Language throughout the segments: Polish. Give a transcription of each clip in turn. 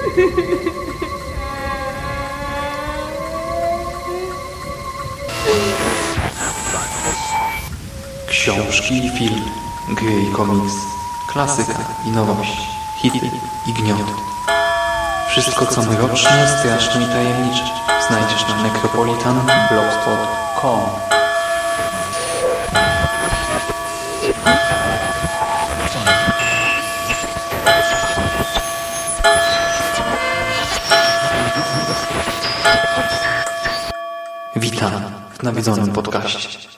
Książki i film, gry i komiks, klasyka i nowość, hity i gnioty. Wszystko co mroczne, straszne i tajemnicze znajdziesz na necropolitanblogspot.com. Witam w nawiedzonym podcaście.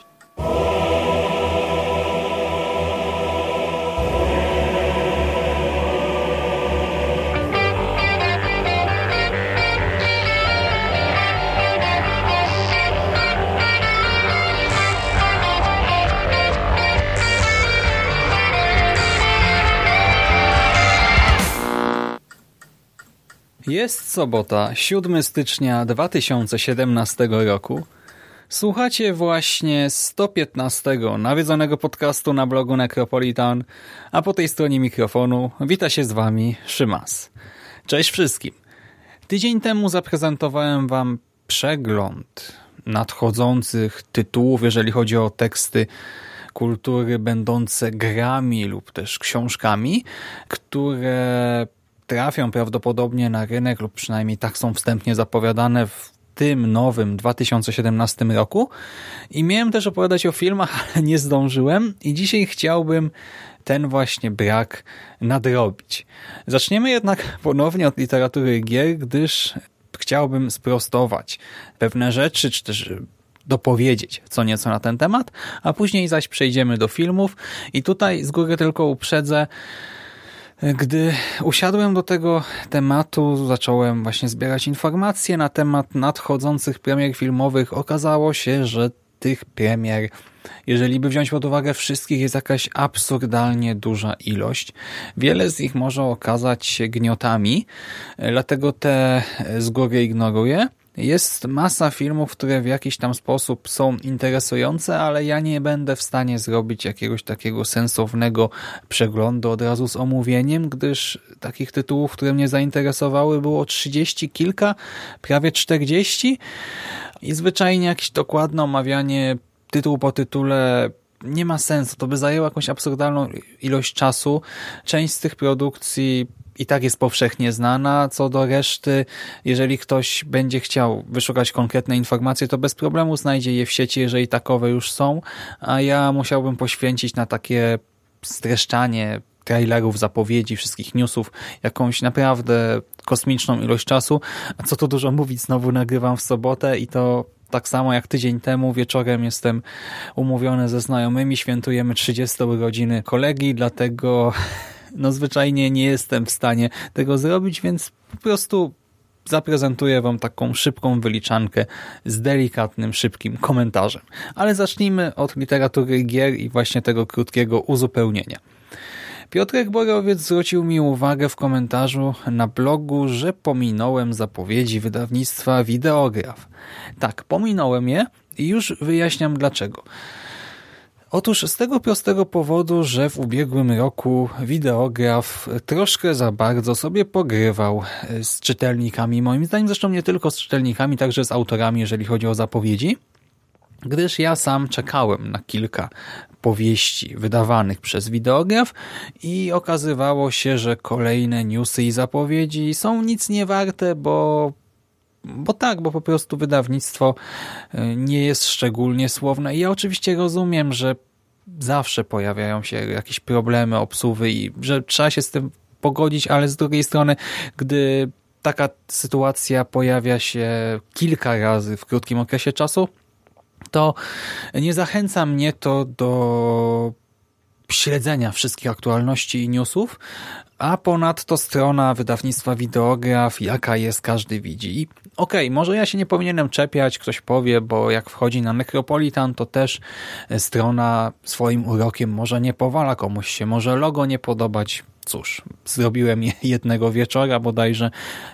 Jest sobota, 7 stycznia 2017 roku. Słuchacie właśnie 115 nawiedzonego podcastu na blogu Necropolitan, a po tej stronie mikrofonu wita się z wami Szymas. Cześć wszystkim. Tydzień temu zaprezentowałem wam przegląd nadchodzących tytułów, jeżeli chodzi o teksty kultury będące grami lub też książkami, które trafią prawdopodobnie na rynek, lub przynajmniej tak są wstępnie zapowiadane w tym nowym 2017 roku. I miałem też opowiadać o filmach, ale nie zdążyłem i dzisiaj chciałbym ten właśnie brak nadrobić. Zaczniemy jednak ponownie od literatury gier, gdyż chciałbym sprostować pewne rzeczy, czy też dopowiedzieć co nieco na ten temat, a później zaś przejdziemy do filmów i tutaj z góry tylko uprzedzę, gdy usiadłem do tego tematu, zacząłem właśnie zbierać informacje na temat nadchodzących premier filmowych. Okazało się, że tych premier, jeżeli by wziąć pod uwagę wszystkich, jest jakaś absurdalnie duża ilość. Wiele z nich może okazać się gniotami, dlatego te z góry ignoruję. Jest masa filmów, które w jakiś tam sposób są interesujące, ale ja nie będę w stanie zrobić jakiegoś takiego sensownego przeglądu od razu z omówieniem, gdyż takich tytułów, które mnie zainteresowały, było 30 kilka, prawie 40 i zwyczajnie jakieś dokładne omawianie tytuł po tytule nie ma sensu. To by zajęło jakąś absurdalną ilość czasu. Część z tych produkcji i tak jest powszechnie znana. Co do reszty, jeżeli ktoś będzie chciał wyszukać konkretne informacje, to bez problemu znajdzie je w sieci, jeżeli takowe już są, a ja musiałbym poświęcić na takie streszczanie trailerów, zapowiedzi, wszystkich newsów jakąś naprawdę kosmiczną ilość czasu. A co tu dużo mówić, znowu nagrywam w sobotę i to tak samo jak tydzień temu wieczorem jestem umówiony ze znajomymi, świętujemy 30 urodziny kolegi, dlatego zwyczajnie nie jestem w stanie tego zrobić, więc po prostu zaprezentuję wam taką szybką wyliczankę z delikatnym, szybkim komentarzem. Ale zacznijmy od literatury gier i właśnie tego krótkiego uzupełnienia. Piotrek Borowiec zwrócił mi uwagę w komentarzu na blogu, że pominąłem zapowiedzi wydawnictwa Videograf. Tak, pominąłem je i już wyjaśniam dlaczego. Otóż z tego prostego powodu, że w ubiegłym roku Videograf troszkę za bardzo sobie pogrywał z czytelnikami, moim zdaniem zresztą nie tylko z czytelnikami, także z autorami, jeżeli chodzi o zapowiedzi, gdyż ja sam czekałem na kilka powieści wydawanych przez Videograf i okazywało się, że kolejne newsy i zapowiedzi są nic nie warte, bo po prostu wydawnictwo nie jest szczególnie słowne. I ja oczywiście rozumiem, że zawsze pojawiają się jakieś problemy obsługi i że trzeba się z tym pogodzić, ale z drugiej strony, gdy taka sytuacja pojawia się kilka razy w krótkim okresie czasu, to nie zachęca mnie to do śledzenia wszystkich aktualności i newsów, a ponadto strona wydawnictwa Videograf, jaka jest, każdy widzi. I okej, może ja się nie powinienem czepiać, ktoś powie, bo jak wchodzi na Necropolitan, to też strona swoim urokiem może nie powala, komuś się może logo nie podobać. Cóż, zrobiłem je jednego wieczora, bodajże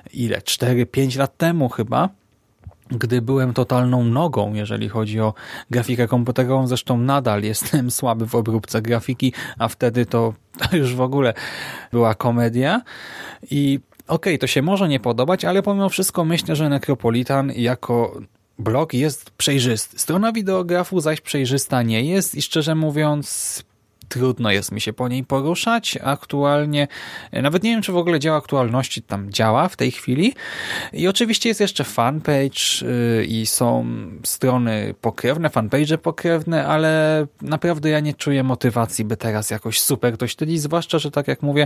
4-5 lat temu chyba, gdy byłem totalną nogą, jeżeli chodzi o grafikę komputerową. Zresztą nadal jestem słaby w obróbce grafiki, a wtedy to już w ogóle była komedia. I Okej, to się może nie podobać, ale pomimo wszystko myślę, że Necropolitan jako blog jest przejrzysty. Strona wideografu zaś przejrzysta nie jest i szczerze mówiąc trudno jest mi się po niej poruszać. Aktualnie, nawet nie wiem, czy w ogóle dział aktualności tam działa w tej chwili. I oczywiście jest jeszcze fanpage i są strony pokrewne, fanpage pokrewne, ale naprawdę ja nie czuję motywacji, by teraz jakoś super to śledzić, zwłaszcza, że tak jak mówię,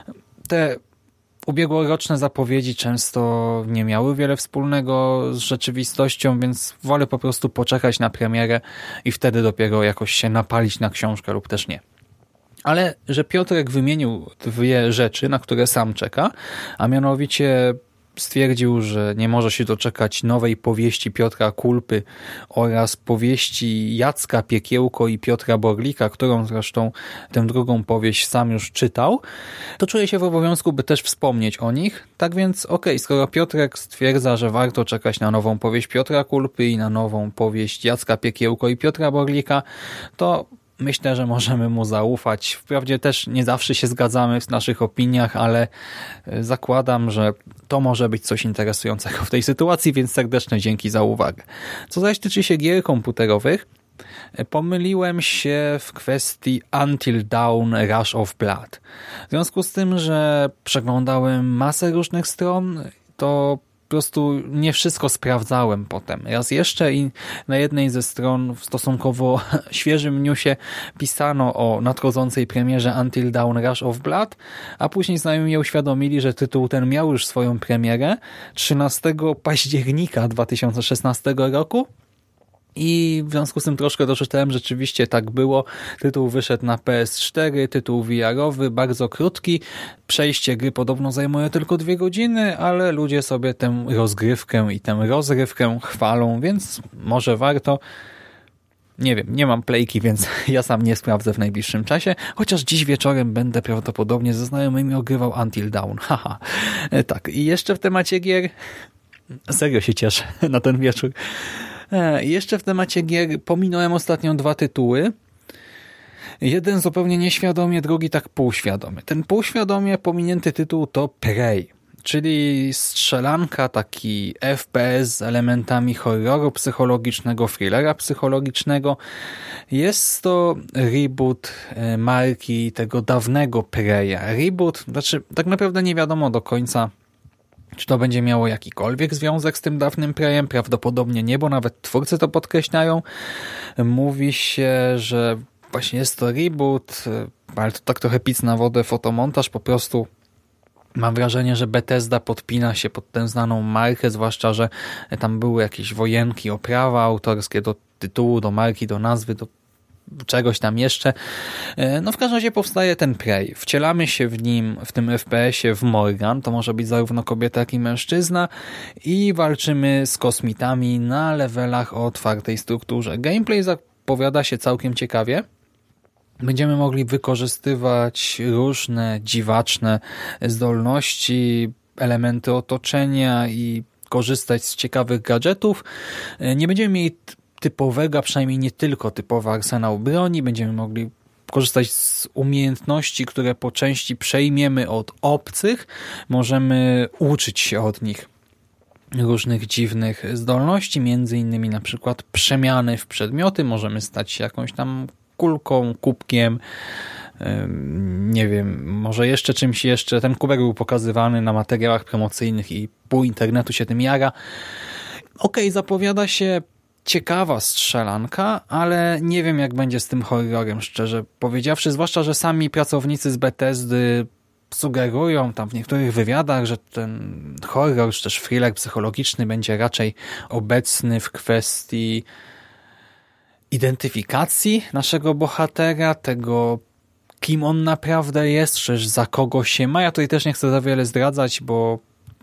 te ubiegłoroczne zapowiedzi często nie miały wiele wspólnego z rzeczywistością, więc wolę po prostu poczekać na premierę i wtedy dopiero jakoś się napalić na książkę lub też nie. Ale że Piotrek wymienił dwie rzeczy, na które sam czeka, a mianowicie stwierdził, że nie może się doczekać nowej powieści Piotra Kulpy oraz powieści Jacka Piekiełko i Piotra Borlika, którą zresztą tę drugą powieść sam już czytał, to czuję się w obowiązku, by też wspomnieć o nich. Tak więc skoro Piotrek stwierdza, że warto czekać na nową powieść Piotra Kulpy i na nową powieść Jacka Piekiełko i Piotra Borlika, to myślę, że możemy mu zaufać. Wprawdzie też nie zawsze się zgadzamy w naszych opiniach, ale zakładam, że to może być coś interesującego w tej sytuacji, więc serdeczne dzięki za uwagę. Co zaś tyczy się gier komputerowych, pomyliłem się w kwestii Until Dawn Rush of Blood. W związku z tym, że przeglądałem masę różnych stron, to po prostu nie wszystko sprawdzałem potem. Raz jeszcze i na jednej ze stron w stosunkowo świeżym newsie pisano o nadchodzącej premierze Until Dawn Rush of Blood, a później znajomi mnie uświadomili, że tytuł ten miał już swoją premierę 13 października 2016 roku. I w związku z tym troszkę doczytałem, rzeczywiście tak było. Tytuł wyszedł na PS4, tytuł VR-owy, bardzo krótki. Przejście gry podobno zajmuje tylko 2 godziny, ale ludzie sobie tę rozgrywkę i tę rozrywkę chwalą, więc może warto. Nie wiem, nie mam playki, więc ja sam nie sprawdzę w najbliższym czasie, chociaż dziś wieczorem będę prawdopodobnie ze znajomymi ogrywał Until Dawn. Haha. Tak, i jeszcze w temacie gier serio się cieszę na ten wieczór. Jeszcze w temacie gier pominąłem ostatnio 2 tytuły. Jeden zupełnie nieświadomie, drugi tak półświadomie. Ten półświadomie pominięty tytuł to Prey, czyli strzelanka, taki FPS z elementami horroru psychologicznego, thrillera psychologicznego. Jest to reboot marki tego dawnego Preya. Reboot, znaczy tak naprawdę nie wiadomo do końca, czy to będzie miało jakikolwiek związek z tym dawnym Preyem? Prawdopodobnie nie, bo nawet twórcy to podkreślają. Mówi się, że właśnie jest to reboot, ale to tak trochę pic na wodę, fotomontaż. Po prostu mam wrażenie, że Bethesda podpina się pod tę znaną markę, zwłaszcza, że tam były jakieś wojenki o prawa autorskie do tytułu, do marki, do nazwy, do czegoś tam jeszcze. No w każdym razie powstaje ten Prey. Wcielamy się w nim, w tym FPS-ie w Morgan. To może być zarówno kobieta, jak i mężczyzna. I walczymy z kosmitami na levelach o otwartej strukturze. Gameplay zapowiada się całkiem ciekawie. Będziemy mogli wykorzystywać różne dziwaczne zdolności, elementy otoczenia i korzystać z ciekawych gadżetów. Nie będziemy mieli typowego, a przynajmniej nie tylko typowy arsenał broni. Będziemy mogli korzystać z umiejętności, które po części przejmiemy od obcych. Możemy uczyć się od nich różnych dziwnych zdolności, między innymi na przykład przemiany w przedmioty. Możemy stać się jakąś tam kulką, kubkiem, nie wiem, może jeszcze czymś jeszcze. Ten kubek był pokazywany na materiałach promocyjnych i pół internetu się tym jara. Zapowiada się ciekawa strzelanka, ale nie wiem, jak będzie z tym horrorem, szczerze powiedziawszy, zwłaszcza, że sami pracownicy z Bethesdy sugerują tam w niektórych wywiadach, że ten horror, czy też thriller psychologiczny będzie raczej obecny w kwestii identyfikacji naszego bohatera, tego, kim on naprawdę jest, czy za kogo się ma. Ja tutaj też nie chcę za wiele zdradzać, bo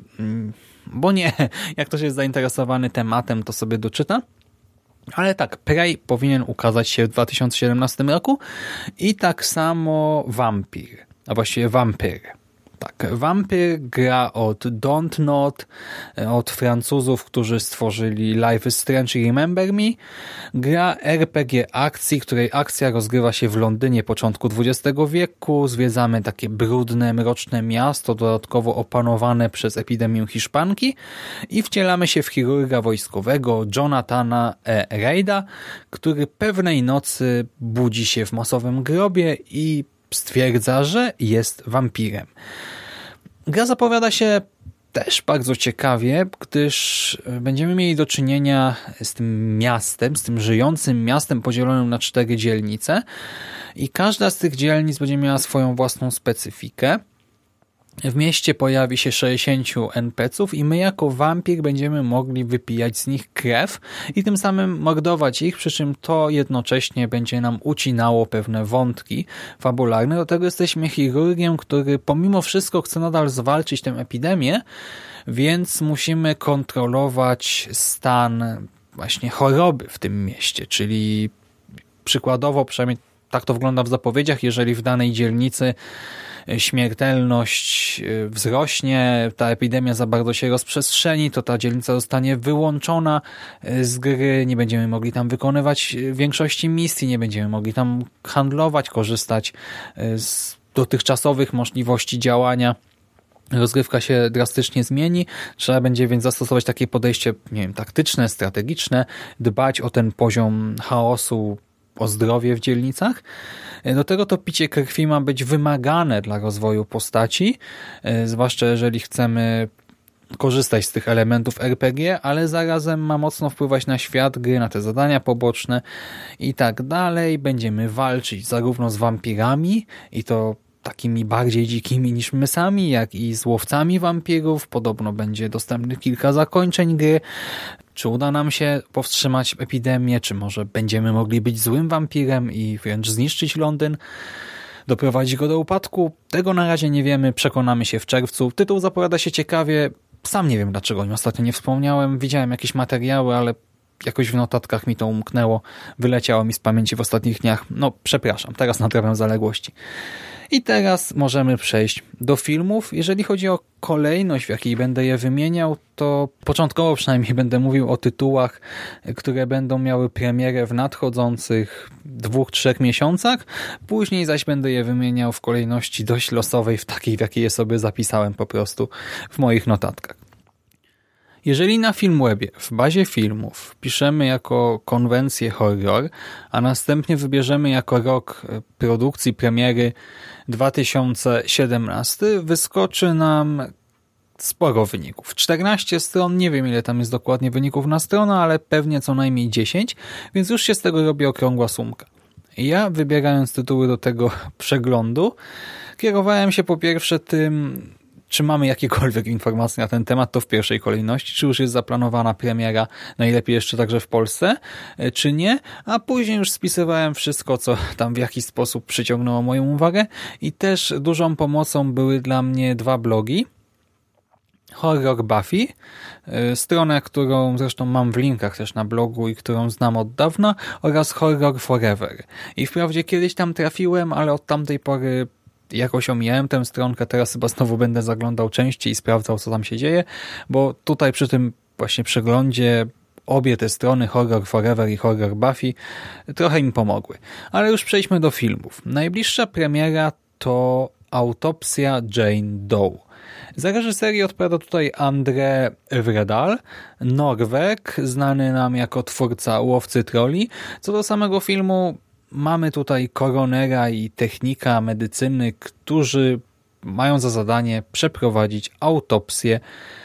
nie, jak ktoś jest zainteresowany tematem, to sobie doczyta. Ale tak, Prey powinien ukazać się w 2017 roku i tak samo Vampir, a właściwie Vampyr. Tak, Vampyr gra od Dontnod, od Francuzów, którzy stworzyli Life is Strange i Remember Me. Gra RPG akcji, której akcja rozgrywa się w Londynie początku XX wieku. Zwiedzamy takie brudne, mroczne miasto, dodatkowo opanowane przez epidemię hiszpanki i wcielamy się w chirurga wojskowego Jonathana Reida, który pewnej nocy budzi się w masowym grobie i stwierdza, że jest wampirem. Gra zapowiada się też bardzo ciekawie, gdyż będziemy mieli do czynienia z tym miastem, z tym żyjącym miastem podzielonym na 4 dzielnice i każda z tych dzielnic będzie miała swoją własną specyfikę. W mieście pojawi się 60 NPC-ów i my jako wampir będziemy mogli wypijać z nich krew i tym samym mordować ich, przy czym to jednocześnie będzie nam ucinało pewne wątki fabularne. Do tego jesteśmy chirurgiem, który pomimo wszystko chce nadal zwalczyć tę epidemię, więc musimy kontrolować stan właśnie choroby w tym mieście, czyli przykładowo, przynajmniej tak to wygląda w zapowiedziach, jeżeli w danej dzielnicy śmiertelność wzrośnie, ta epidemia za bardzo się rozprzestrzeni, to ta dzielnica zostanie wyłączona z gry, nie będziemy mogli tam wykonywać większości misji, nie będziemy mogli tam handlować, korzystać z dotychczasowych możliwości działania. Rozgrywka się drastycznie zmieni, trzeba będzie więc zastosować takie podejście, nie wiem, taktyczne, strategiczne, dbać o ten poziom chaosu, o zdrowie w dzielnicach. Do tego to picie krwi ma być wymagane dla rozwoju postaci, zwłaszcza jeżeli chcemy korzystać z tych elementów RPG, ale zarazem ma mocno wpływać na świat gry, na te zadania poboczne i tak dalej. Będziemy walczyć zarówno z wampirami i to takimi bardziej dzikimi niż my sami, jak i z łowcami wampirów. Podobno będzie dostępnych kilka zakończeń gry. Czy uda nam się powstrzymać epidemię, czy może będziemy mogli być złym wampirem i wręcz zniszczyć Londyn, doprowadzić go do upadku? Tego na razie nie wiemy, przekonamy się w czerwcu. Tytuł zapowiada się ciekawie, sam nie wiem dlaczego o nim ostatnio nie wspomniałem. Widziałem jakieś materiały, ale jakoś w notatkach mi to umknęło, wyleciało mi z pamięci w ostatnich dniach. No przepraszam, teraz naprawiam zaległości. I teraz możemy przejść do filmów. Jeżeli chodzi o kolejność, w jakiej będę je wymieniał, to początkowo przynajmniej będę mówił o tytułach, które będą miały premierę w nadchodzących 2-3 miesiącach. Później zaś będę je wymieniał w kolejności dość losowej, w takiej, w jakiej je sobie zapisałem po prostu w moich notatkach. Jeżeli na Filmwebie, w bazie filmów, piszemy jako konwencję horror, a następnie wybierzemy jako rok produkcji premiery 2017, wyskoczy nam sporo wyników. 14 stron, nie wiem ile tam jest dokładnie wyników na stronę, ale pewnie co najmniej 10, więc już się z tego robi okrągła sumka. Ja, wybierając tytuły do tego przeglądu, kierowałem się po pierwsze tym, czy mamy jakiekolwiek informacje na ten temat, to w pierwszej kolejności, czy już jest zaplanowana premiera, najlepiej jeszcze także w Polsce, czy nie, a później już spisywałem wszystko, co tam w jakiś sposób przyciągnęło moją uwagę i też dużą pomocą były dla mnie 2 blogi. Horror Buffy, stronę, którą zresztą mam w linkach też na blogu i którą znam od dawna, oraz Horror Forever. I wprawdzie kiedyś tam trafiłem, ale od tamtej pory jakoś omijałem tę stronkę, teraz chyba znowu będę zaglądał częściej i sprawdzał, co tam się dzieje, bo tutaj przy tym właśnie przeglądzie obie te strony, Horror Forever i Horror Buffy, trochę mi pomogły. Ale już przejdźmy do filmów. Najbliższa premiera to Autopsja Jane Doe. Za reżyserię odpowiada tutaj André Wredal, Norweg, znany nam jako twórca Łowcy Trolli. Co do samego filmu, mamy tutaj koronera i technika medycyny, którzy mają za zadanie przeprowadzić autopsję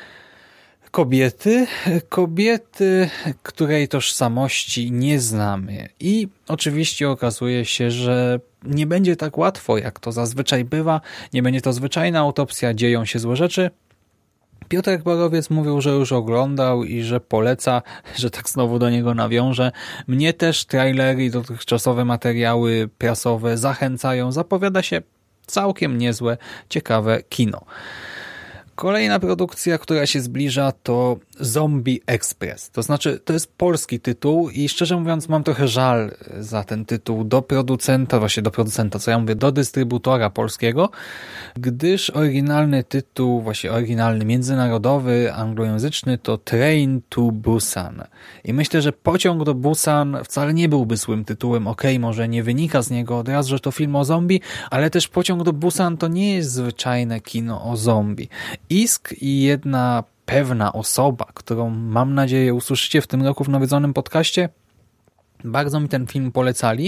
kobiety, której tożsamości nie znamy. I oczywiście okazuje się, że nie będzie tak łatwo, jak to zazwyczaj bywa. Nie będzie to zwyczajna autopsja, dzieją się złe rzeczy. Piotrek Borowiec mówił, że już oglądał i że poleca, że tak znowu do niego nawiążę. Mnie też trailery i dotychczasowe materiały prasowe zachęcają. Zapowiada się całkiem niezłe, ciekawe kino. Kolejna produkcja, która się zbliża, to Zombie Express. To znaczy, to jest polski tytuł i szczerze mówiąc mam trochę żal za ten tytuł do producenta, co ja mówię, do dystrybutora polskiego, gdyż oryginalny tytuł, właśnie oryginalny, międzynarodowy, anglojęzyczny to Train to Busan. I myślę, że Pociąg do Busan wcale nie byłby złym tytułem. Okej, może nie wynika z niego od razu, że to film o zombie, ale też Pociąg do Busan to nie jest zwyczajne kino o zombie. Isk i jedna pewna osoba, którą mam nadzieję usłyszycie w tym roku w nawiedzonym podcaście, bardzo mi ten film polecali.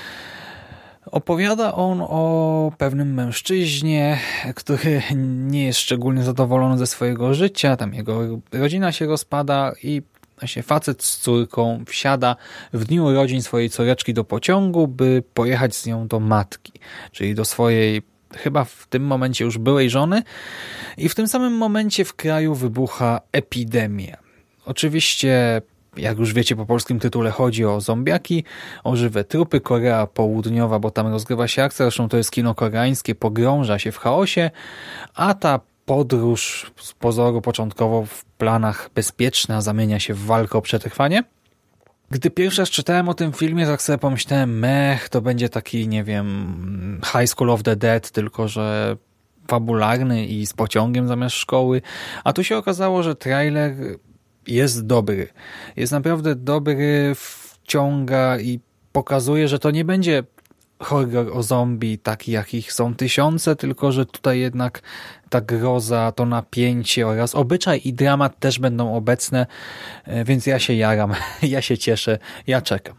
Opowiada on o pewnym mężczyźnie, który nie jest szczególnie zadowolony ze swojego życia, tam jego rodzina się rozpada i właśnie facet z córką wsiada w dniu urodzin swojej córeczki do pociągu, by pojechać z nią do matki, czyli do swojej chyba w tym momencie już byłej żony, i w tym samym momencie w kraju wybucha epidemia. Oczywiście, jak już wiecie, po polskim tytule chodzi o zombiaki, o żywe trupy. Korea Południowa, bo tam rozgrywa się akcja, zresztą to jest kino koreańskie, pogrąża się w chaosie, a ta podróż z pozoru początkowo w planach bezpieczna zamienia się w walkę o przetrwanie. Gdy pierwszy raz czytałem o tym filmie, tak sobie pomyślałem, to będzie taki, nie wiem, High School of the Dead, tylko że fabularny i z pociągiem zamiast szkoły. A tu się okazało, że trailer jest dobry. Jest naprawdę dobry, wciąga i pokazuje, że to nie będzie horror o zombie taki, jakich są tysiące, tylko że tutaj jednak ta groza, to napięcie oraz obyczaj i dramat też będą obecne, więc ja się jaram, ja się cieszę, ja czekam.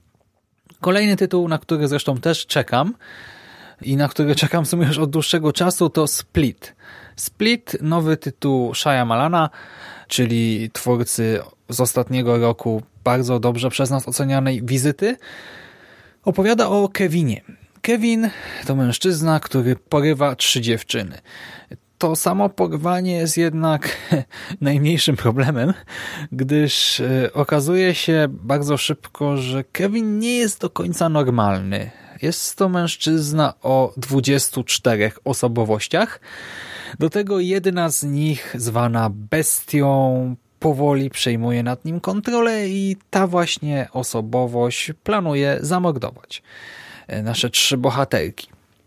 Kolejny tytuł, na który zresztą też czekam i na który czekam w sumie już od dłuższego czasu, to Split. Split, nowy tytuł Shyamalana, czyli twórcy z ostatniego roku bardzo dobrze przez nas ocenianej Wizyty, opowiada o Kevinie. Kevin to mężczyzna, który porywa 3 dziewczyny. To samo porwanie jest jednak najmniejszym problemem, gdyż okazuje się bardzo szybko, że Kevin nie jest do końca normalny. Jest to mężczyzna o 24 osobowościach. Do tego jedna z nich, zwana bestią, powoli przejmuje nad nim kontrolę i ta właśnie osobowość planuje zamordować nasze 3 bohaterki.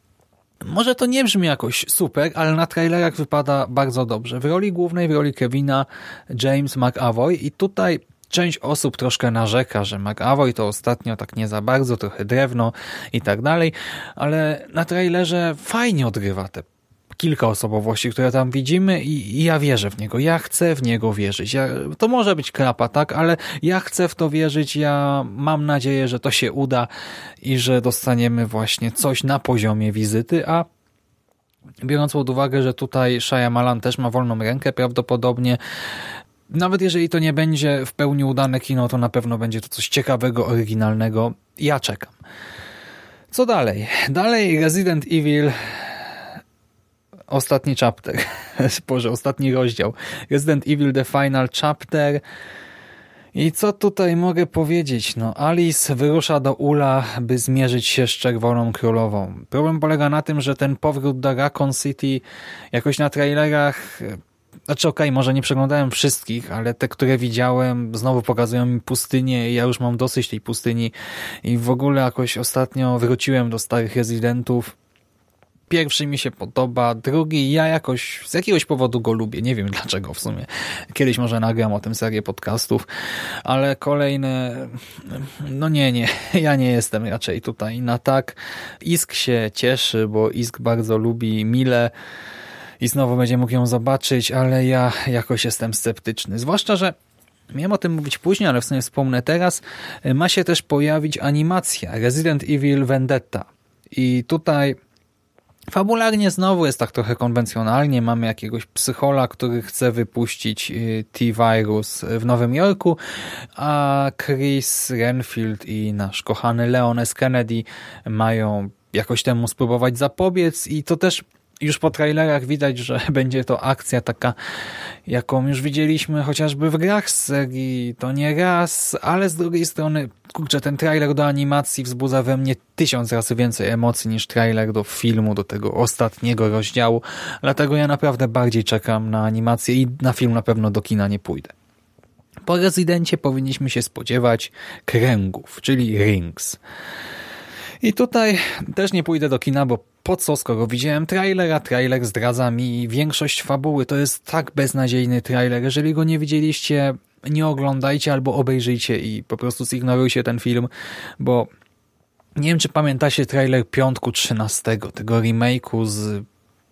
Może to nie brzmi jakoś super, ale na trailerach wypada bardzo dobrze. W roli głównej, w roli Kevina, James McAvoy, i tutaj część osób troszkę narzeka, że McAvoy to ostatnio tak nie za bardzo, trochę drewno i tak dalej, ale na trailerze fajnie odgrywa te kilka osobowości, które tam widzimy, i ja wierzę w niego. Ja chcę w niego wierzyć. To może być krapa, tak, ale ja chcę w to wierzyć. Ja mam nadzieję, że to się uda i że dostaniemy właśnie coś na poziomie Wizyty, a biorąc pod uwagę, że tutaj Shyamalan też ma wolną rękę prawdopodobnie, nawet jeżeli to nie będzie w pełni udane kino, to na pewno będzie to coś ciekawego, oryginalnego. Ja czekam. Co dalej? Dalej Resident Evil ostatni chapter. Boże, ostatni rozdział. Resident Evil The Final Chapter. I co tutaj mogę powiedzieć? No, Alice wyrusza do Ula, by zmierzyć się z Czerwoną Królową. Problem polega na tym, że ten powrót do Raccoon City jakoś na trailerach... Znaczy okej, może nie przeglądałem wszystkich, ale te, które widziałem, znowu pokazują mi pustynię i ja już mam dosyć tej pustyni i w ogóle jakoś ostatnio wróciłem do starych Residentów. Pierwszy mi się podoba, drugi ja jakoś z jakiegoś powodu go lubię, nie wiem dlaczego w sumie. Kiedyś może nagram o tym serię podcastów, ale kolejne, no nie, ja nie jestem raczej tutaj na tak. Isk się cieszy, bo Isk bardzo lubi Milę i znowu będzie mógł ją zobaczyć, ale ja jakoś jestem sceptyczny. Zwłaszcza, że miałem o tym mówić później, ale w sumie wspomnę teraz, ma się też pojawić animacja Resident Evil Vendetta i tutaj fabularnie znowu jest tak trochę konwencjonalnie. Mamy jakiegoś psychola, który chce wypuścić T-Virus w Nowym Jorku, a Chris Renfield i nasz kochany Leon S. Kennedy mają jakoś temu spróbować zapobiec i to też już po trailerach widać, że będzie to akcja taka, jaką już widzieliśmy chociażby w grach z serii, to nie raz, ale z drugiej strony, kurczę, ten trailer do animacji wzbudza we mnie 1000 razy więcej emocji niż trailer do filmu, do tego ostatniego rozdziału, dlatego ja naprawdę bardziej czekam na animację i na film na pewno do kina nie pójdę. Po Rezydencie powinniśmy się spodziewać kręgów, czyli rings. I tutaj też nie pójdę do kina, bo po co, skoro widziałem trailera, trailer zdradza mi większość fabuły. To jest tak beznadziejny trailer. Jeżeli go nie widzieliście, nie oglądajcie albo obejrzyjcie i po prostu zignorujcie ten film, bo nie wiem, czy pamiętacie trailer Piątku 13, tego remake'u z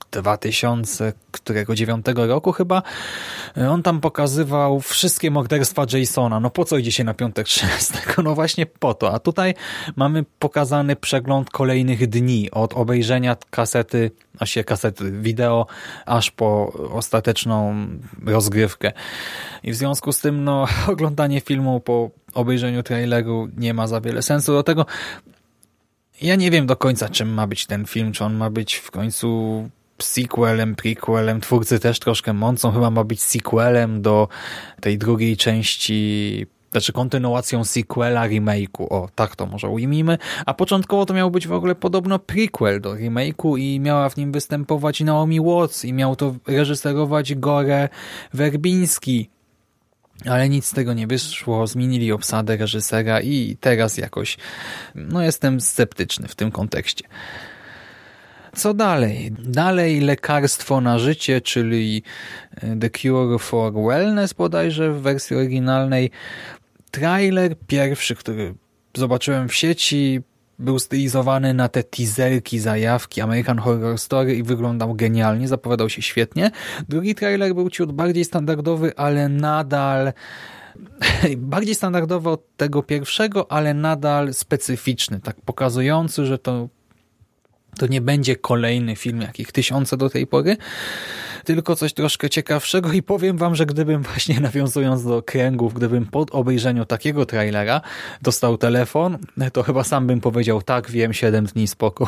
2009 roku chyba. On tam pokazywał wszystkie morderstwa Jasona. No po co idzie się na Piątek 13? No właśnie po to. A tutaj mamy pokazany przegląd kolejnych dni od obejrzenia kasety wideo aż po ostateczną rozgrywkę. I w związku z tym oglądanie filmu po obejrzeniu traileru nie ma za wiele sensu. Do tego ja nie wiem do końca, czym ma być ten film. Czy on ma być w końcu sequelem, prequelem, twórcy też troszkę mącą, chyba ma być sequelem do tej drugiej części, znaczy kontynuacją sequela remake'u, o tak to może ujmijmy, a początkowo to miał być w ogóle podobno prequel do remake'u i miała w nim występować Naomi Watts i miał to reżyserować Gore Werbiński, ale nic z tego nie wyszło, zmienili obsadę reżysera i teraz jakoś jestem sceptyczny w tym kontekście. Co dalej? Dalej lekarstwo na życie, czyli The Cure for Wellness bodajże w wersji oryginalnej. Trailer pierwszy, który zobaczyłem w sieci, był stylizowany na te teaserki, zajawki American Horror Story i wyglądał genialnie, zapowiadał się świetnie. Drugi trailer był ciut bardziej standardowy, ale nadal bardziej standardowy od tego pierwszego, ale nadal specyficzny, tak pokazujący, że to nie będzie kolejny film, jakich tysiące do tej pory, tylko coś troszkę ciekawszego i powiem wam, że gdybym właśnie nawiązując do kręgów, gdybym po obejrzeniu takiego trailera dostał telefon, to chyba sam bym powiedział tak, wiem, 7 dni spoko,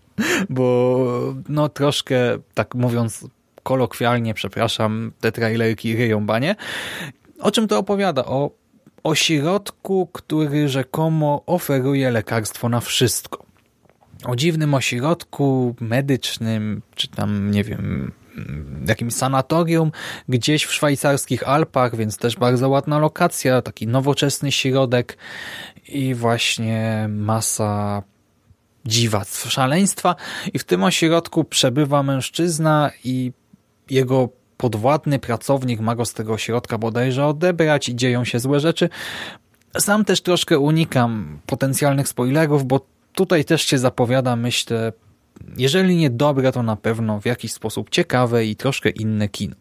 bo troszkę, tak mówiąc kolokwialnie, przepraszam, te trailerki ryją banie. O czym to opowiada? O ośrodku, który rzekomo oferuje lekarstwo na wszystko. O dziwnym ośrodku medycznym, czy tam, nie wiem, jakimś sanatorium gdzieś w szwajcarskich Alpach, więc też bardzo ładna lokacja, taki nowoczesny środek i właśnie masa dziwactw, szaleństwa. I w tym ośrodku przebywa mężczyzna i jego podwładny pracownik ma go z tego ośrodka bodajże odebrać i dzieją się złe rzeczy. Sam też troszkę unikam potencjalnych spoilerów, bo tutaj też się zapowiada, myślę, jeżeli nie dobre, to na pewno w jakiś sposób ciekawe i troszkę inne kino.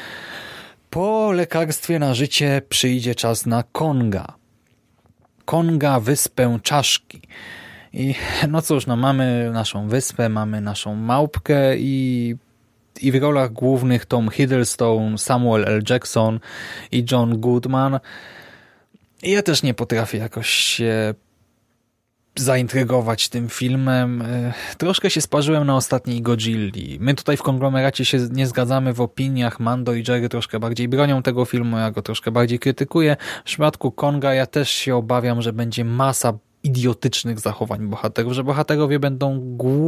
Po lekarstwie na życie przyjdzie czas na Konga. Konga, wyspę czaszki. I cóż, mamy naszą wyspę, mamy naszą małpkę i w rolach głównych Tom Hiddleston, Samuel L. Jackson i John Goodman. I ja też nie potrafię jakoś się zaintrygować tym filmem. Troszkę się sparzyłem na ostatniej Godzilli. My tutaj w konglomeracie się nie zgadzamy w opiniach. Mando i Jerry troszkę bardziej bronią tego filmu, ja go troszkę bardziej krytykuję. W przypadku Konga ja też się obawiam, że będzie masa idiotycznych zachowań bohaterów, że bohaterowie będą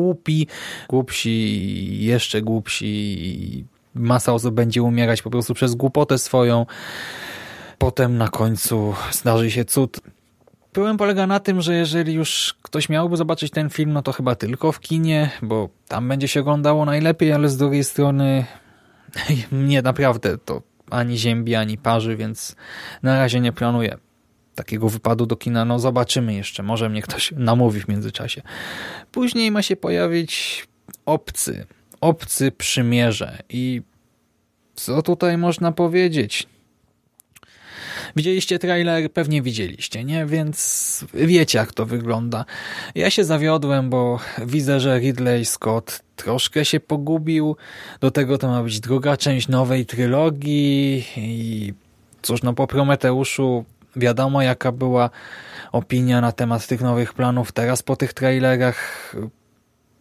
głupsi, jeszcze głupsi. Masa osób będzie umierać po prostu przez głupotę swoją. Potem na końcu zdarzy się cud. Problem polega na tym, że jeżeli już ktoś miałby zobaczyć ten film, to chyba tylko w kinie, bo tam będzie się oglądało najlepiej, ale z drugiej strony nie naprawdę to ani ziębi, ani parzy, więc na razie nie planuję takiego wypadu do kina. Zobaczymy jeszcze, może mnie ktoś namówi w międzyczasie. Później ma się pojawić Obcy Przymierze i co tutaj można powiedzieć? Widzieliście trailer? Pewnie widzieliście, nie? Więc wiecie, jak to wygląda. Ja się zawiodłem, bo widzę, że Ridley Scott troszkę się pogubił. Do tego to ma być druga część nowej trylogii i cóż, po Prometeuszu wiadomo, jaka była opinia na temat tych nowych planów. Teraz po tych trailerach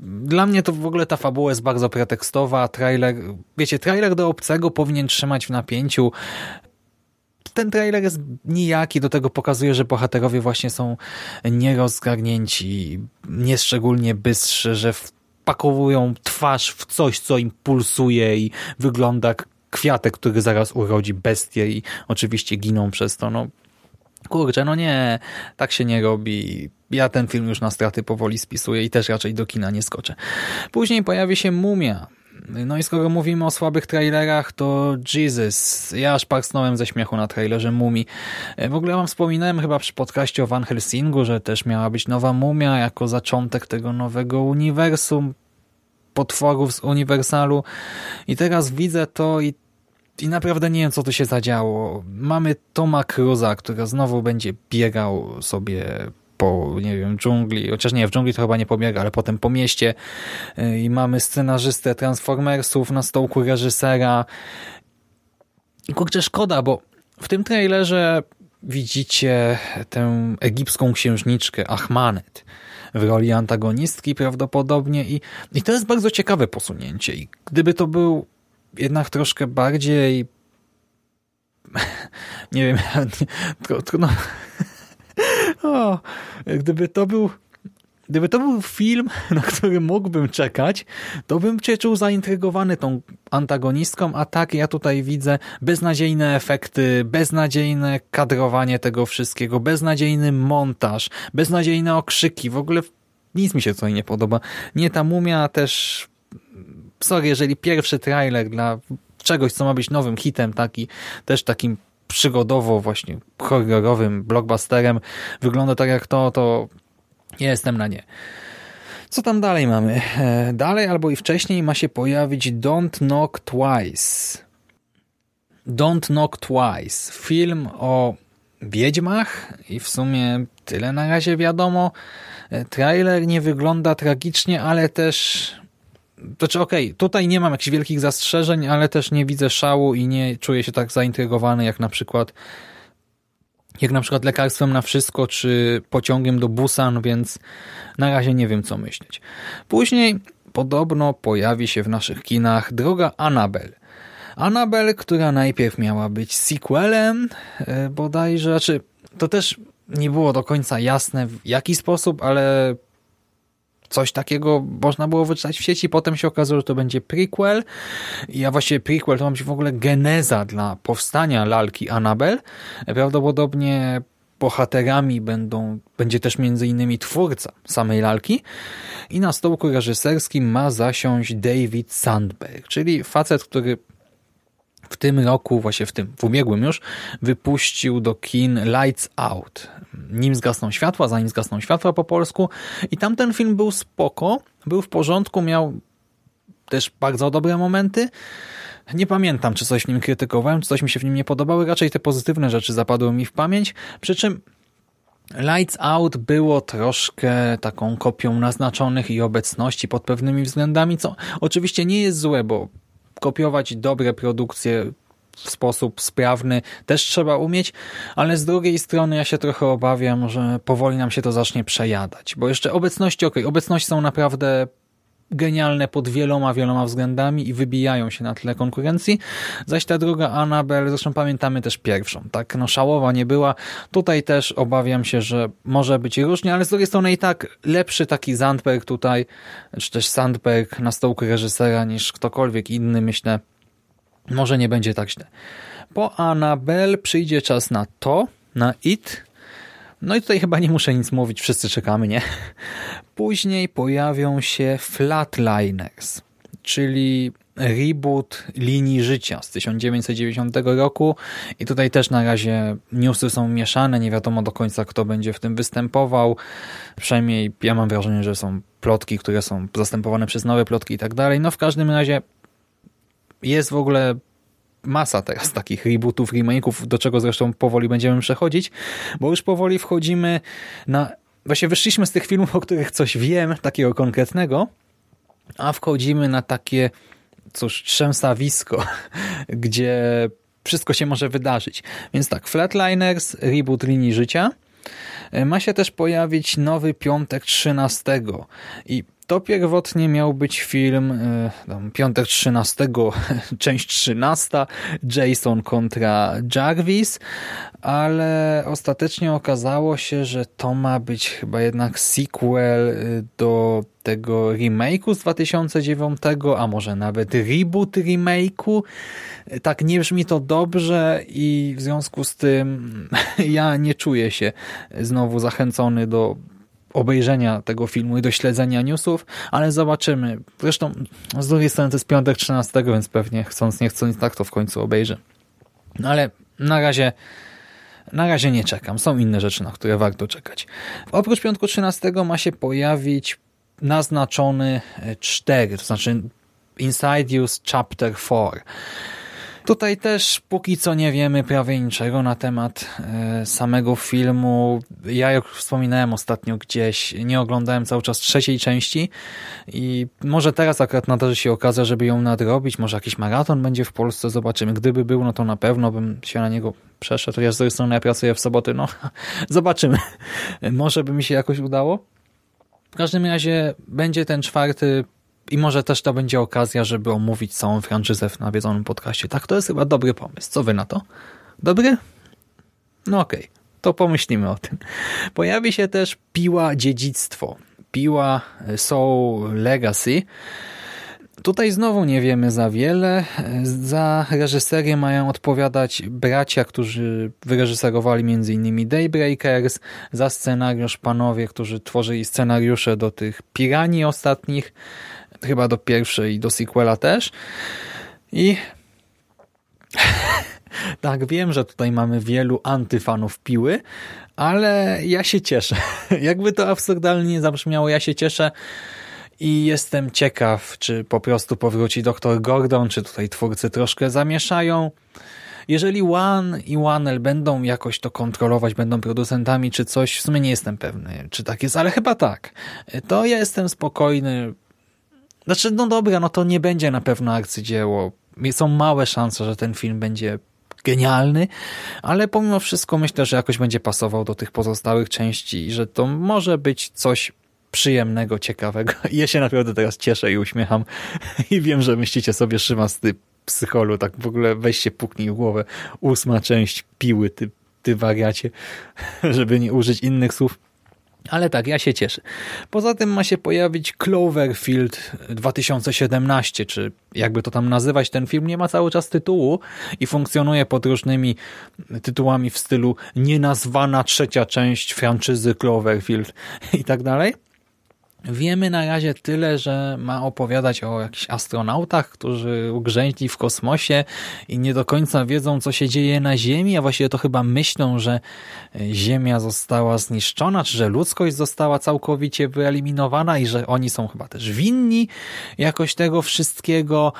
Dla mnie to w ogóle ta fabuła jest bardzo pretekstowa. Trailer do Obcego powinien trzymać w napięciu. Ten trailer jest nijaki, do tego pokazuje, że bohaterowie właśnie są nierozgarnięci, nieszczególnie bystrzy, że wpakowują twarz w coś, co im pulsuje i wygląda jak kwiatek, który zaraz urodzi bestię i oczywiście giną przez to. No kurczę, no nie, tak się nie robi. Ja ten film już na straty powoli spisuję i też raczej do kina nie skoczę. Później pojawi się Mumia. No i skoro mówimy o słabych trailerach, to Jesus, ja aż parsknąłem ze śmiechu na trailerze Mumii. W ogóle wam wspominałem chyba przy podcaście o Van Helsingu, że też miała być nowa Mumia jako zaczątek tego nowego uniwersum potworów z Uniwersalu i teraz widzę to i naprawdę nie wiem, co tu się zadziało. Mamy Toma Cruza, który znowu będzie biegał sobie po, nie wiem, dżungli, chociaż nie, w dżungli to chyba nie pobiega, ale potem po mieście i mamy scenarzystę Transformersów na stołku reżysera. I kurczę, szkoda, bo w tym trailerze widzicie tę egipską księżniczkę Ahmanet w roli antagonistki prawdopodobnie i to jest bardzo ciekawe posunięcie i gdyby to był jednak troszkę bardziej nie wiem, trudno gdyby to był film, na który mógłbym czekać, to bym się czuł zaintrygowany tą antagonistką, a tak ja tutaj widzę beznadziejne efekty, beznadziejne kadrowanie tego wszystkiego, beznadziejny montaż, beznadziejne okrzyki, w ogóle nic mi się tutaj nie podoba. Nie ta Mumia też, sorry, jeżeli pierwszy trailer dla czegoś, co ma być nowym hitem, też takim przygodowo właśnie horrorowym blockbusterem wygląda tak jak to ja jestem na nie. Co tam dalej mamy? Dalej albo i wcześniej ma się pojawić Don't Knock Twice. Don't Knock Twice. Film o wiedźmach i w sumie tyle na razie wiadomo. Trailer nie wygląda tragicznie, ale też okej, tutaj nie mam jakichś wielkich zastrzeżeń, ale też nie widzę szału i nie czuję się tak zaintrygowany jak na przykład Lekarstwem na wszystko czy Pociągiem do Busan, więc na razie nie wiem co myśleć. Później podobno pojawi się w naszych kinach druga Annabelle. Annabelle, która najpierw miała być sequelem bodajże, to też nie było do końca jasne w jaki sposób, ale coś takiego można było wyczytać w sieci. Potem się okazało, że to będzie prequel. A właściwie prequel to ma być w ogóle geneza dla powstania lalki Annabelle. Prawdopodobnie bohaterami będzie też między innymi twórca samej lalki. I na stołku reżyserskim ma zasiąść David Sandberg, czyli facet, który w tym roku, właśnie w ubiegłym już, wypuścił do kin Lights Out. Nim zgasną światła, zanim zgasną światła po polsku. I tamten film był spoko, był w porządku, miał też bardzo dobre momenty. Nie pamiętam, czy coś w nim krytykowałem, czy coś mi się w nim nie podobało. Raczej te pozytywne rzeczy zapadły mi w pamięć. Przy czym Lights Out było troszkę taką kopią Naznaczonych i Obecności pod pewnymi względami, co oczywiście nie jest złe, bo kopiować dobre produkcje w sposób sprawny też trzeba umieć, ale z drugiej strony ja się trochę obawiam, że powoli nam się to zacznie przejadać, bo jeszcze obecności są naprawdę genialne pod wieloma względami i wybijają się na tle konkurencji, zaś ta druga Annabelle, zresztą pamiętamy też pierwszą, tak, no szałowa nie była, tutaj też obawiam się, że może być różnie, ale z drugiej strony i tak lepszy taki Sandberg tutaj, czy też Sandberg na stołku reżysera niż ktokolwiek inny, myślę, może nie będzie tak źle. Po Annabelle przyjdzie czas na It. No i tutaj chyba nie muszę nic mówić, wszyscy czekamy, nie? Później pojawią się Flatliners, czyli reboot linii życia z 1990 roku i tutaj też na razie newsy są mieszane, nie wiadomo do końca kto będzie w tym występował, przynajmniej ja mam wrażenie, że są plotki, które są zastępowane przez nowe plotki i tak dalej. No w każdym razie jest w ogóle masa teraz takich rebootów, remake'ów, do czego zresztą powoli będziemy przechodzić, bo już powoli wchodzimy właśnie wyszliśmy z tych filmów, o których coś wiem, takiego konkretnego, a wchodzimy na takie, trzęsawisko, gdzie wszystko się może wydarzyć. Więc tak, Flatliners, reboot linii życia. Ma się też pojawić nowy piątek 13. I To pierwotnie miał być film Piątek 13, część 13, Jason kontra Jarvis, ale ostatecznie okazało się, że to ma być chyba jednak sequel do tego remake'u z 2009, a może nawet reboot remake'u. Tak nie brzmi to dobrze i w związku z tym ja nie czuję się znowu zachęcony do obejrzenia tego filmu i do śledzenia newsów, ale zobaczymy. Zresztą z drugiej strony to jest piątek 13, więc pewnie chcąc nie chcąc tak to w końcu obejrzę. No ale na razie nie czekam. Są inne rzeczy, na które warto czekać. Oprócz piątku 13 ma się pojawić naznaczony 4, to znaczy Insidious Chapter 4. Tutaj też póki co nie wiemy prawie niczego na temat samego filmu. Ja, jak wspominałem ostatnio gdzieś, nie oglądałem cały czas trzeciej części i może teraz akurat nadarzy się okazja, żeby ją nadrobić. Może jakiś maraton będzie w Polsce, zobaczymy. Gdyby był, no to na pewno bym się na niego przeszedł. Chociaż z drugiej strony ja pracuję w soboty, no zobaczymy. Może by mi się jakoś udało. W każdym razie będzie ten 4 i może też to będzie okazja, żeby omówić całą franczyzę w nawiedzonym podcaście. Tak, to jest chyba dobry pomysł. Co wy na to? Dobry? No okej, to pomyślimy o tym. Pojawi się też Piła Dziedzictwo. Piła Soul Legacy. Tutaj znowu nie wiemy za wiele. Za reżyserię mają odpowiadać bracia, którzy wyreżyserowali m.in. Daybreakers, za scenariusz panowie, którzy tworzyli scenariusze do tych Piranii ostatnich, chyba do pierwszej i do sequela też. I tak, wiem, że tutaj mamy wielu antyfanów Piły, ale ja się cieszę. Jakby to absurdalnie nie zabrzmiało, ja się cieszę i jestem ciekaw, czy po prostu powróci Dr. Gordon, czy tutaj twórcy troszkę zamieszają. Jeżeli One i One będą jakoś to kontrolować, będą producentami czy coś, w sumie nie jestem pewny, czy tak jest, ale chyba tak, to ja jestem spokojny. Znaczy, no dobra, no to nie będzie na pewno arcydzieło. Są małe szanse, że ten film będzie genialny, ale pomimo wszystko myślę, że jakoś będzie pasował do tych pozostałych części i że to może być coś przyjemnego, ciekawego. I ja się naprawdę teraz cieszę i uśmiecham i wiem, że myślicie sobie, Szymas, ty psycholu, tak w ogóle weź się puknij w głowę. 8. część Piły, ty wariacie, żeby nie użyć innych słów. Ale tak, ja się cieszę. Poza tym ma się pojawić Cloverfield 2017, czy jakby to tam nazywać, ten film nie ma cały czas tytułu i funkcjonuje pod różnymi tytułami w stylu nienazwana 3. część franczyzy Cloverfield i tak dalej. Wiemy na razie tyle, że ma opowiadać o jakichś astronautach, którzy ugrzęźli w kosmosie i nie do końca wiedzą, co się dzieje na Ziemi, a właściwie to chyba myślą, że Ziemia została zniszczona, czy że ludzkość została całkowicie wyeliminowana i że oni są chyba też winni jakoś tego wszystkiego.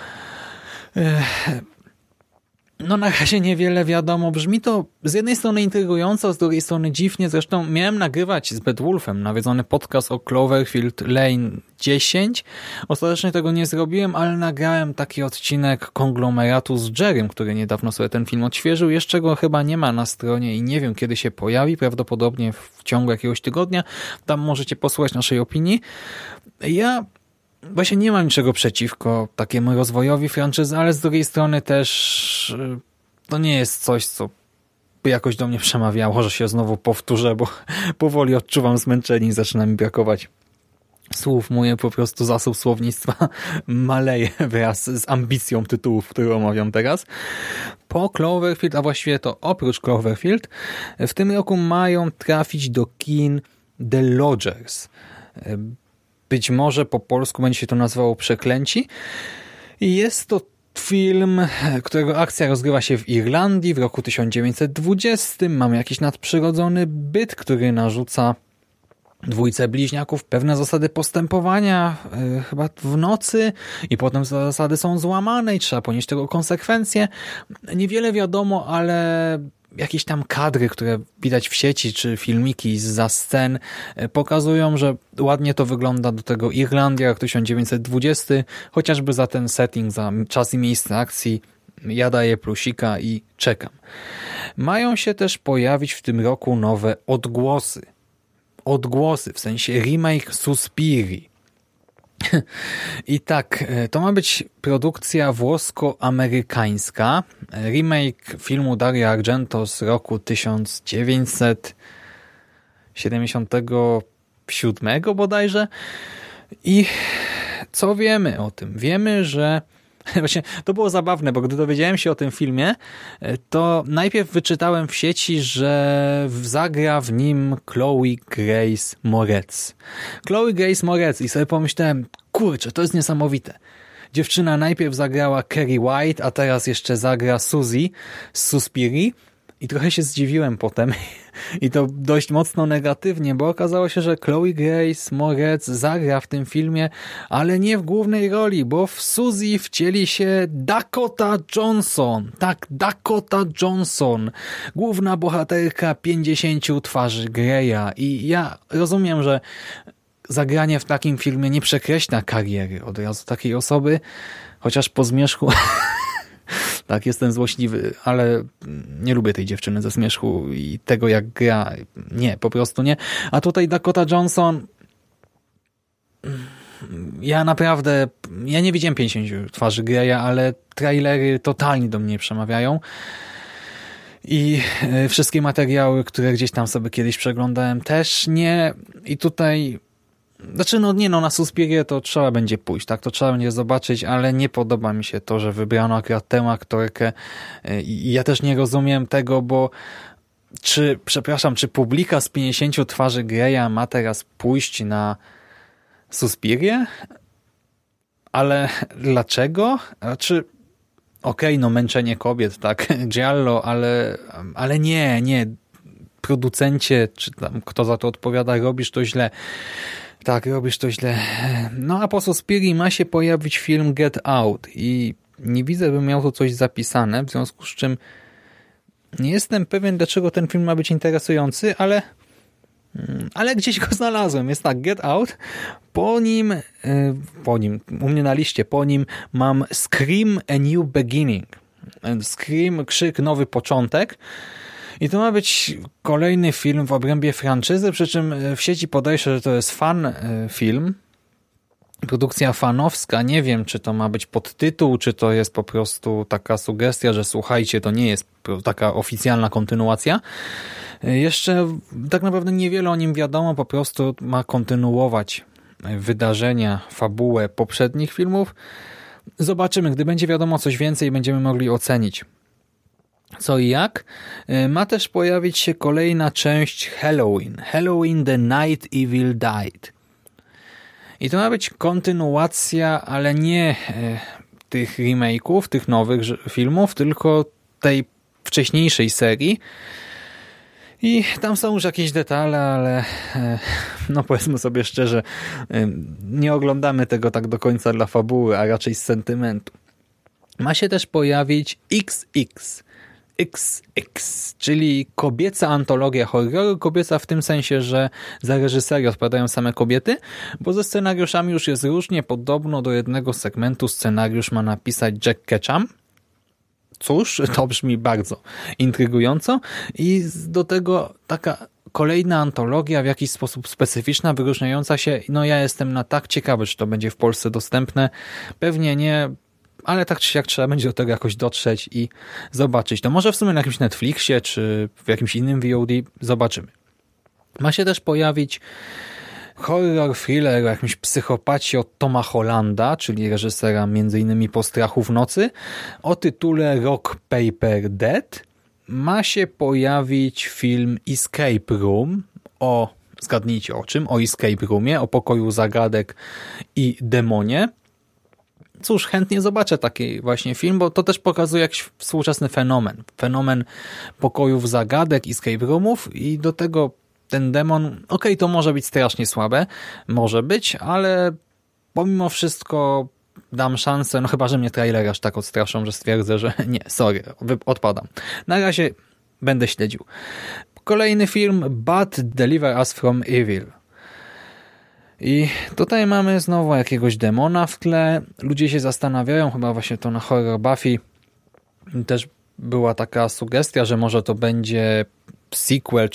No na razie niewiele wiadomo. Brzmi to z jednej strony intrygująco, z drugiej strony dziwnie. Zresztą miałem nagrywać z Bedwulfem nawiedzony podcast o Cloverfield Lane 10. Ostatecznie tego nie zrobiłem, ale nagrałem taki odcinek konglomeratu z Jerrym, który niedawno sobie ten film odświeżył. Jeszcze go chyba nie ma na stronie i nie wiem, kiedy się pojawi. Prawdopodobnie w ciągu jakiegoś tygodnia. Tam możecie posłuchać naszej opinii. Ja właśnie nie mam niczego przeciwko takiemu rozwojowi franczyzy, ale z drugiej strony też to nie jest coś, co by jakoś do mnie przemawiało, że się znowu powtórzę, bo powoli odczuwam zmęczenie i zaczyna mi brakować słów. Mój po prostu zasób słownictwa maleje wraz z ambicją tytułów, które omawiam teraz. Po Cloverfield, a właściwie to oprócz Cloverfield, w tym roku mają trafić do kin The Lodgers. Być może po polsku będzie się to nazywało Przeklęci. I jest to film, którego akcja rozgrywa się w Irlandii w roku 1920. Mamy jakiś nadprzyrodzony byt, który narzuca dwójce bliźniaków pewne zasady postępowania chyba w nocy i potem te zasady są złamane i trzeba ponieść tego konsekwencje. Niewiele wiadomo, ale jakieś tam kadry, które widać w sieci, czy filmiki zza scen pokazują, że ładnie to wygląda do tego Irlandia, rok 1920, chociażby za ten setting, za czas i miejsce akcji. Ja daję plusika i czekam. Mają się też pojawić w tym roku nowe odgłosy. Odgłosy, w sensie remake Suspirii. I tak, to ma być produkcja włosko-amerykańska, remake filmu Dario Argento z roku 1977 bodajże. I co wiemy o tym? Wiemy, że właśnie to było zabawne, bo gdy dowiedziałem się o tym filmie, to najpierw wyczytałem w sieci, że zagra w nim Chloe Grace Moretz. Chloe Grace Moretz i sobie pomyślałem, kurczę, to jest niesamowite. Dziewczyna najpierw zagrała Kerry White, a teraz jeszcze zagra Suzy z Suspirii. I trochę się zdziwiłem potem i to dość mocno negatywnie, bo okazało się, że Chloe Grace Moretz zagra w tym filmie, ale nie w głównej roli, bo w Suzy wcieli się Dakota Johnson. Tak, Dakota Johnson, główna bohaterka 50 twarzy Greya. I ja rozumiem, że zagranie w takim filmie nie przekreśla kariery od razu takiej osoby, chociaż po zmierzchu... Tak, jestem złośliwy, ale nie lubię tej dziewczyny ze zmierzchu i tego jak gra. Nie, po prostu nie. A tutaj Dakota Johnson... Ja naprawdę... Ja nie widziałem 50 twarzy Greya, ale trailery totalnie do mnie przemawiają. I wszystkie materiały, które gdzieś tam sobie kiedyś przeglądałem też nie. I tutaj... Znaczy, na Suspirię to trzeba będzie pójść, tak? To trzeba będzie zobaczyć, ale nie podoba mi się to, że wybrano akurat tę aktorkę i ja też nie rozumiem tego, bo czy publika z 50 twarzy Greya ma teraz pójść na Suspirię? Ale dlaczego? Znaczy, okej, męczenie kobiet, tak? Giallo, ale nie. Producencie, czy tam kto za to odpowiada, robisz to źle. Tak, robisz to źle. A po Suspirii ma się pojawić film Get Out i nie widzę, by miał tu coś zapisane, w związku z czym nie jestem pewien, dlaczego ten film ma być interesujący, ale gdzieś go znalazłem. Jest tak, Get Out, po nim, u mnie na liście, po nim mam Scream A New Beginning. Scream, krzyk, nowy początek. I to ma być kolejny film w obrębie franczyzy, przy czym w sieci podaje się, że to jest fan film, produkcja fanowska. Nie wiem, czy to ma być podtytuł, czy to jest po prostu taka sugestia, że słuchajcie, to nie jest taka oficjalna kontynuacja. Jeszcze tak naprawdę niewiele o nim wiadomo, po prostu ma kontynuować wydarzenia, fabułę poprzednich filmów. Zobaczymy, gdy będzie wiadomo coś więcej, będziemy mogli ocenić co i jak. Ma też pojawić się kolejna część Halloween. Halloween The Night Evil Died. I to ma być kontynuacja, ale nie tych remake'ów, tych nowych filmów, tylko tej wcześniejszej serii. I tam są już jakieś detale, ale powiedzmy sobie szczerze, nie oglądamy tego tak do końca dla fabuły, a raczej z sentymentu. Ma się też pojawić XX, czyli kobieca antologia horroru. Kobieca w tym sensie, że za reżyserię odpowiadają same kobiety, bo ze scenariuszami już jest różnie. Podobno do jednego segmentu scenariusz ma napisać Jack Ketchum. Cóż, to brzmi bardzo intrygująco. I do tego taka kolejna antologia w jakiś sposób specyficzna, wyróżniająca się. Ja jestem tak ciekawy, czy to będzie w Polsce dostępne. Pewnie nie, ale tak czy siak trzeba będzie do tego jakoś dotrzeć i zobaczyć. To może w sumie na jakimś Netflixie, czy w jakimś innym VOD. Zobaczymy. Ma się też pojawić horror, thriller o jakimś psychopacie od Toma Hollanda, czyli reżysera m.in. Postrachu w nocy, o tytule Rock Paper Dead. Ma się pojawić film Escape Room zgadnijcie o czym, o Escape Roomie, o pokoju zagadek i demonie. Cóż, chętnie zobaczę taki właśnie film, bo to też pokazuje jakiś współczesny fenomen pokojów zagadek, escape roomów i do tego ten demon, to może być strasznie słabe, może być, ale pomimo wszystko dam szansę, chyba, że mnie trailery aż tak odstraszą, że stwierdzę, że nie, sorry, odpadam. Na razie będę śledził. Kolejny film, But Deliver Us From Evil. I tutaj mamy znowu jakiegoś demona w tle. Ludzie się zastanawiają, chyba właśnie to na Horror Buffy też była taka sugestia, że może to będzie sequel, czy też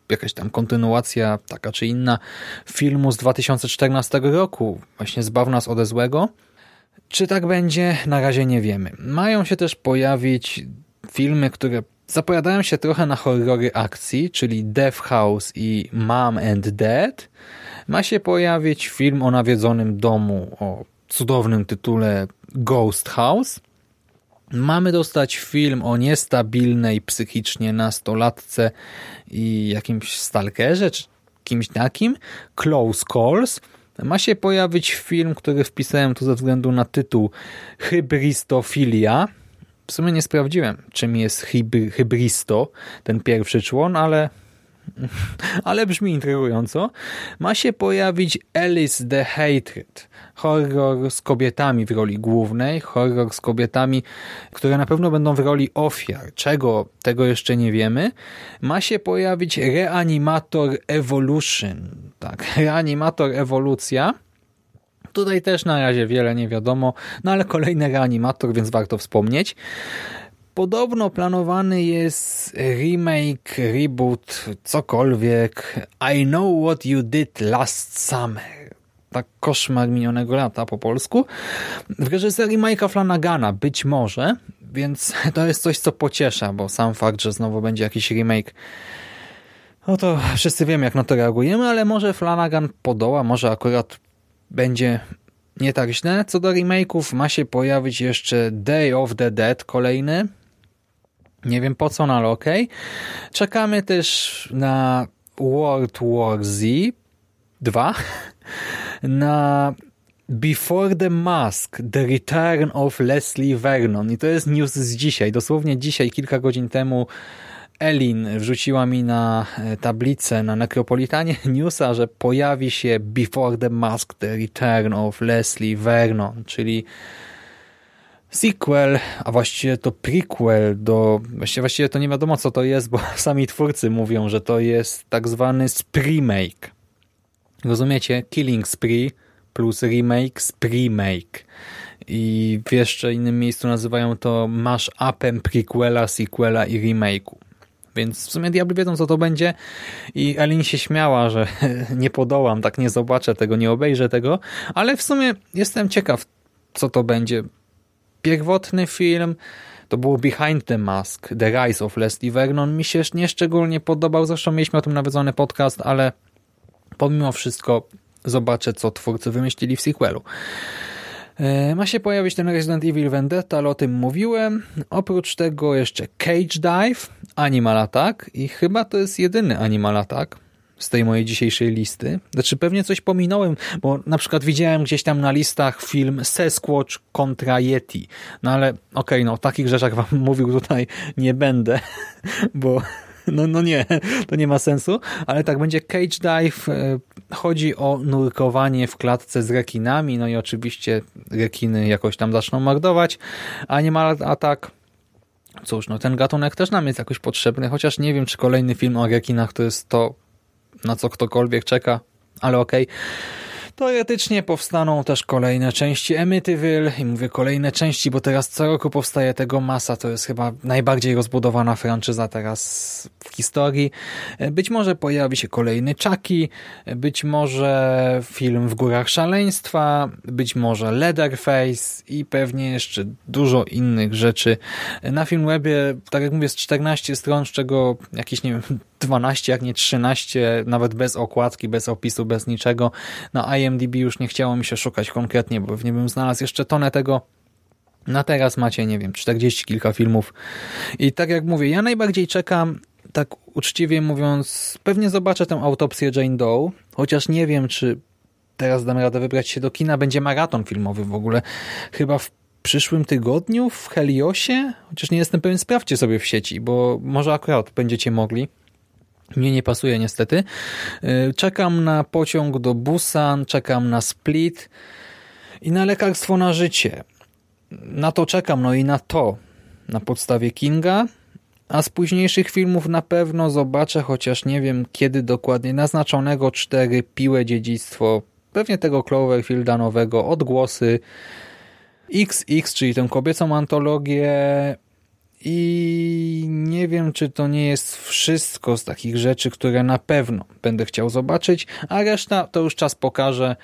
jakaś tam kontynuacja, taka czy inna, filmu z 2014 roku, właśnie Zbaw nas ode złego. Czy tak będzie? Na razie nie wiemy. Mają się też pojawić filmy, które zapowiadają się trochę na horrory akcji, czyli Death House i Mom and Dad. Ma się pojawić film o nawiedzonym domu o cudownym tytule Ghost House. Mamy dostać film o niestabilnej psychicznie nastolatce i jakimś stalkerze, czy kimś takim, Close Calls. Ma się pojawić film, który wpisałem tu ze względu na tytuł, Hybristofilia. W sumie nie sprawdziłem, czym jest hybristo, ten pierwszy człon, ale brzmi intrygująco. Ma się pojawić Alice the Hatred, horror z kobietami w roli głównej, horror z kobietami, które na pewno będą w roli ofiar. Czego? Tego jeszcze nie wiemy. Ma się pojawić Reanimator Evolution. Tak, Reanimator Ewolucja. Tutaj też na razie wiele nie wiadomo, no ale kolejny reanimator, więc warto wspomnieć. Podobno planowany jest remake, reboot, cokolwiek. I know what you did last summer. Tak, koszmar minionego lata po polsku. W reżyserii Mike'a Flanagana być może, więc to jest coś, co pociesza, bo sam fakt, że znowu będzie jakiś remake, no to wszyscy wiemy, jak na to reagujemy, ale może Flanagan podoła, może akurat będzie nie tak źle. Co do remake'ów, ma się pojawić jeszcze Day of the Dead kolejny. Nie wiem po co, no ale okej. Czekamy też na World War Z 2, na Before the Mask, The Return of Leslie Vernon. I to jest news z dzisiaj. Dosłownie dzisiaj, kilka godzin temu Elin wrzuciła mi na tablicę na Necropolitanie newsa, że pojawi się Before the Mask, The Return of Leslie Vernon, czyli sequel, a właściwie to prequel do... Właściwie to nie wiadomo, co to jest, bo sami twórcy mówią, że to jest tak zwany spree-make. Rozumiecie? Killing Spree plus remake, spree-make. I w jeszcze innym miejscu nazywają to mash-upem prequela, sequela i remake'u. Więc w sumie diabli wiedzą, co to będzie i Elin się śmiała, że nie podołam, tak nie zobaczę tego, nie obejrzę tego, ale w sumie jestem ciekaw, co to będzie. Pierwotny film to było Behind the Mask, The Rise of Leslie Vernon. Mi się nieszczególnie podobał, zresztą mieliśmy o tym nawiedzony podcast, ale pomimo wszystko zobaczę, co twórcy wymyślili w sequelu. Ma się pojawić ten Resident Evil Vendetta, ale o tym mówiłem. Oprócz tego jeszcze Cage Dive, Animal Attack i chyba to jest jedyny Animal Attack z tej mojej dzisiejszej listy. Znaczy pewnie coś pominąłem, bo na przykład widziałem gdzieś tam na listach film Sasquatch kontra Yeti. No ale okej, o takich rzeczach wam mówił tutaj nie będę, bo no nie, to nie ma sensu, ale tak, będzie Cage Dive, chodzi o nurkowanie w klatce z rekinami, no i oczywiście rekiny jakoś tam zaczną mordować. Animal Attack, cóż, no ten gatunek też nam jest jakoś potrzebny, chociaż nie wiem, czy kolejny film o rekinach to jest to, na co ktokolwiek czeka, ale okej. Teoretycznie powstaną też kolejne części Amityville i mówię kolejne części, bo teraz co roku powstaje tego masa, to jest chyba najbardziej rozbudowana franczyza teraz w historii. Być może pojawi się kolejny Chucky, być może film W górach szaleństwa, być może Leatherface i pewnie jeszcze dużo innych rzeczy. Na Filmwebie, tak jak mówię, z 14 stron, z czego jakieś, nie wiem, 12, jak nie 13, nawet bez okładki, bez opisu, bez niczego. Na IMDb już nie chciało mi się szukać konkretnie, bo pewnie bym znalazł jeszcze tonę tego. Na teraz macie, nie wiem, 40 kilka filmów. I tak jak mówię, ja najbardziej czekam, tak uczciwie mówiąc, pewnie zobaczę tę autopsję Jane Doe, chociaż nie wiem, czy teraz dam radę wybrać się do kina. Będzie maraton filmowy w ogóle. Chyba w przyszłym tygodniu w Heliosie, chociaż nie jestem pewien, sprawdźcie sobie w sieci, bo może akurat będziecie mogli. Mnie nie pasuje niestety. Czekam na pociąg do Busan, czekam na Split i na Lekarstwo na życie. Na to czekam, no i na to. Na podstawie Kinga, a z późniejszych filmów na pewno zobaczę, chociaż nie wiem kiedy dokładnie, naznaczonego 4, Piłe dziedzictwo, pewnie tego Cloverfielda nowego, Odgłosy, XX, czyli tę kobiecą antologię i nie wiem, czy to nie jest wszystko z takich rzeczy, które na pewno będę chciał zobaczyć, a reszta to już czas pokaże.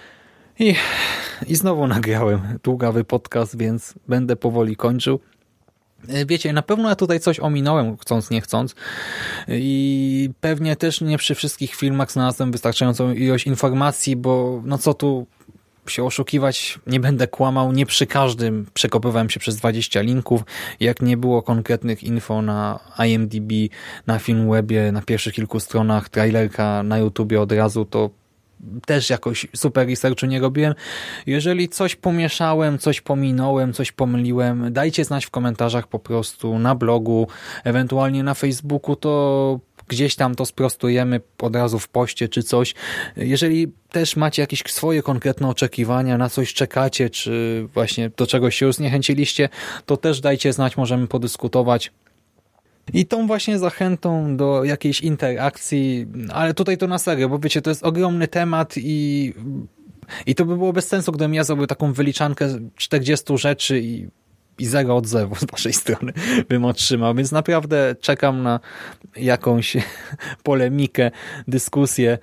I znowu nagrałem długawy podcast, więc będę powoli kończył. Wiecie, na pewno ja tutaj coś ominąłem, chcąc nie chcąc, i pewnie też nie przy wszystkich filmach znalazłem wystarczającą ilość informacji, bo no co tu się oszukiwać, nie będę kłamał, nie przy każdym przekopywałem się przez 20 linków, jak nie było konkretnych info na IMDb, na Filmwebie, na pierwszych kilku stronach, trailerka na YouTubie od razu, to też jakoś super researchu nie robiłem. Jeżeli coś pomieszałem, coś pominąłem, coś pomyliłem, dajcie znać w komentarzach po prostu na blogu, ewentualnie na Facebooku, to gdzieś tam to sprostujemy od razu w poście czy coś. Jeżeli też macie jakieś swoje konkretne oczekiwania, na coś czekacie, czy właśnie do czegoś się już zniechęciliście, to też dajcie znać, możemy podyskutować. I tą właśnie zachętą do jakiejś interakcji, ale tutaj to na serio, bo wiecie, to jest ogromny temat i to by było bez sensu, gdybym ja zrobił taką wyliczankę 40 rzeczy i zero od zero z waszej strony bym otrzymał, więc naprawdę czekam na jakąś polemikę, dyskusję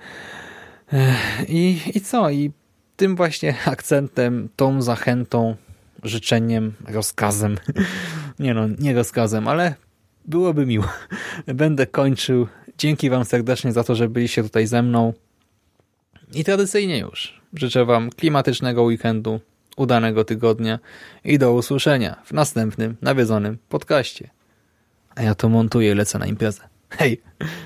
i co? I tym właśnie akcentem, tą zachętą, życzeniem, rozkazem, nie rozkazem, ale byłoby miło. Będę kończył. Dzięki wam serdecznie za to, że byliście tutaj ze mną. I tradycyjnie już życzę wam klimatycznego weekendu, udanego tygodnia i do usłyszenia w następnym nawiedzonym podcaście. A ja to montuję i lecę na imprezę. Hej!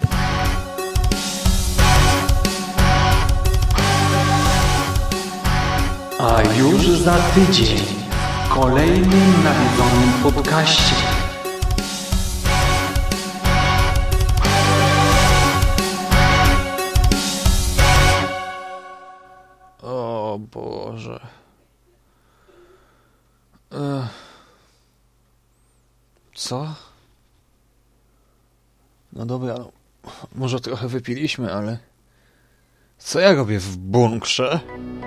A już za tydzień w kolejnym nawiedzonym podcaście. O Boże. Co? No dobra, może trochę wypiliśmy, ale co ja robię w bunkrze?